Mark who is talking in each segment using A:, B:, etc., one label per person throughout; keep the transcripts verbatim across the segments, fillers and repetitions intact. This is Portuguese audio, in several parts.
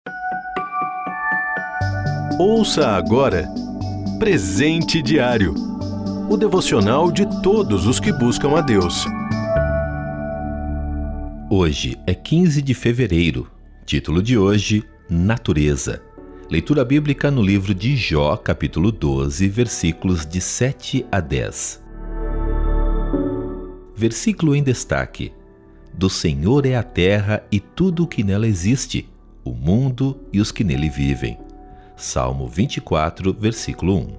A: Ouça agora Presente Diário, o devocional de todos os que buscam a Deus.
B: Hoje é quinze de fevereiro. Título de hoje: Natureza. Leitura bíblica no livro de Jó, capítulo doze, versículos de sete a dez. Versículo em destaque: Do Senhor é a terra e tudo o que nela existe, o mundo e os que nele vivem. Salmo vinte e quatro, versículo um.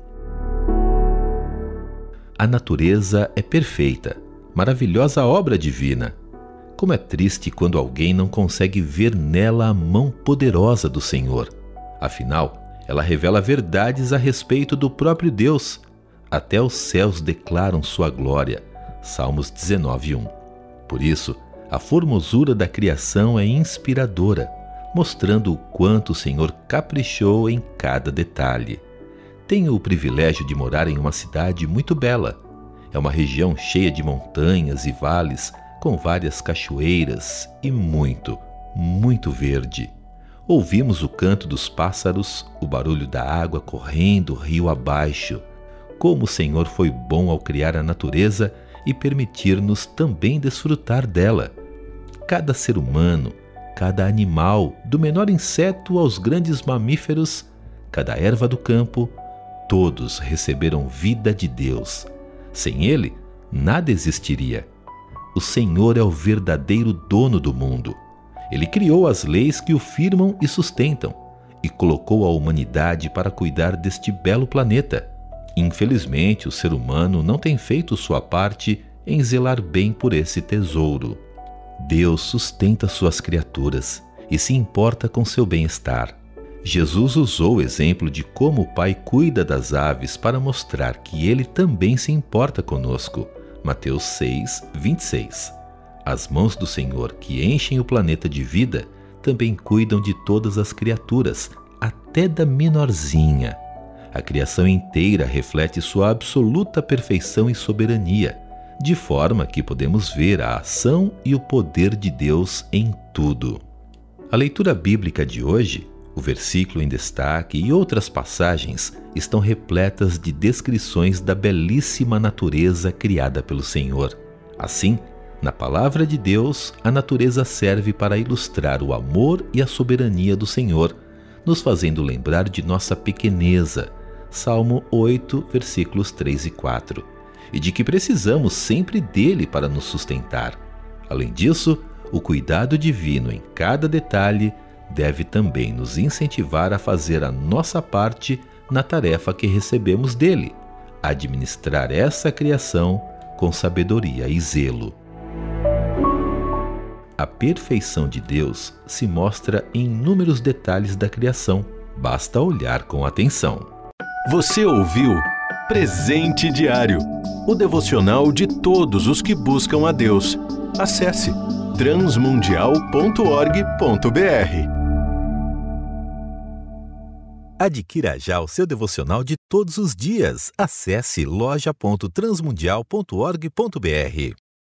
B: A natureza é perfeita, maravilhosa obra divina. Como é triste quando alguém não consegue ver nela a mão poderosa do Senhor. Afinal, ela revela verdades a respeito do próprio Deus. Até os céus declaram sua glória. Salmos dezenove, um. Por isso, a formosura da criação é inspiradora, mostrando o quanto o Senhor caprichou em cada detalhe. Tenho o privilégio de morar em uma cidade muito bela. É uma região cheia de montanhas e vales, com várias cachoeiras e muito, muito verde. Ouvimos o canto dos pássaros, o barulho da água correndo rio abaixo. Como o Senhor foi bom ao criar a natureza e permitir-nos também desfrutar dela. Cada ser humano, cada animal, do menor inseto aos grandes mamíferos, cada erva do campo, todos receberam vida de Deus. Sem Ele, nada existiria. O Senhor é o verdadeiro dono do mundo. Ele criou as leis que o firmam e sustentam, e colocou a humanidade para cuidar deste belo planeta. Infelizmente, o ser humano não tem feito sua parte em zelar bem por esse tesouro. Deus sustenta suas criaturas e se importa com seu bem-estar. Jesus usou o exemplo de como o Pai cuida das aves para mostrar que Ele também se importa conosco. Mateus seis, vinte e seis. As mãos do Senhor que enchem o planeta de vida também cuidam de todas as criaturas, até da menorzinha. A criação inteira reflete sua absoluta perfeição e soberania, de forma que podemos ver a ação e o poder de Deus em tudo. A leitura bíblica de hoje, o versículo em destaque e outras passagens estão repletas de descrições da belíssima natureza criada pelo Senhor. Assim, na palavra de Deus, a natureza serve para ilustrar o amor e a soberania do Senhor, nos fazendo lembrar de nossa pequeneza. Salmo oito, versículos três e quatro. E de que precisamos sempre dele para nos sustentar. Além disso, o cuidado divino em cada detalhe deve também nos incentivar a fazer a nossa parte na tarefa que recebemos dele, administrar essa criação com sabedoria e zelo. A perfeição de Deus se mostra em inúmeros detalhes da criação, basta olhar com atenção.
A: Você ouviu Presente Diário, o devocional de todos os que buscam a Deus. Acesse transmundial ponto org ponto br.
B: Adquira já o seu devocional de todos os dias. Acesse loja ponto transmundial ponto org ponto br.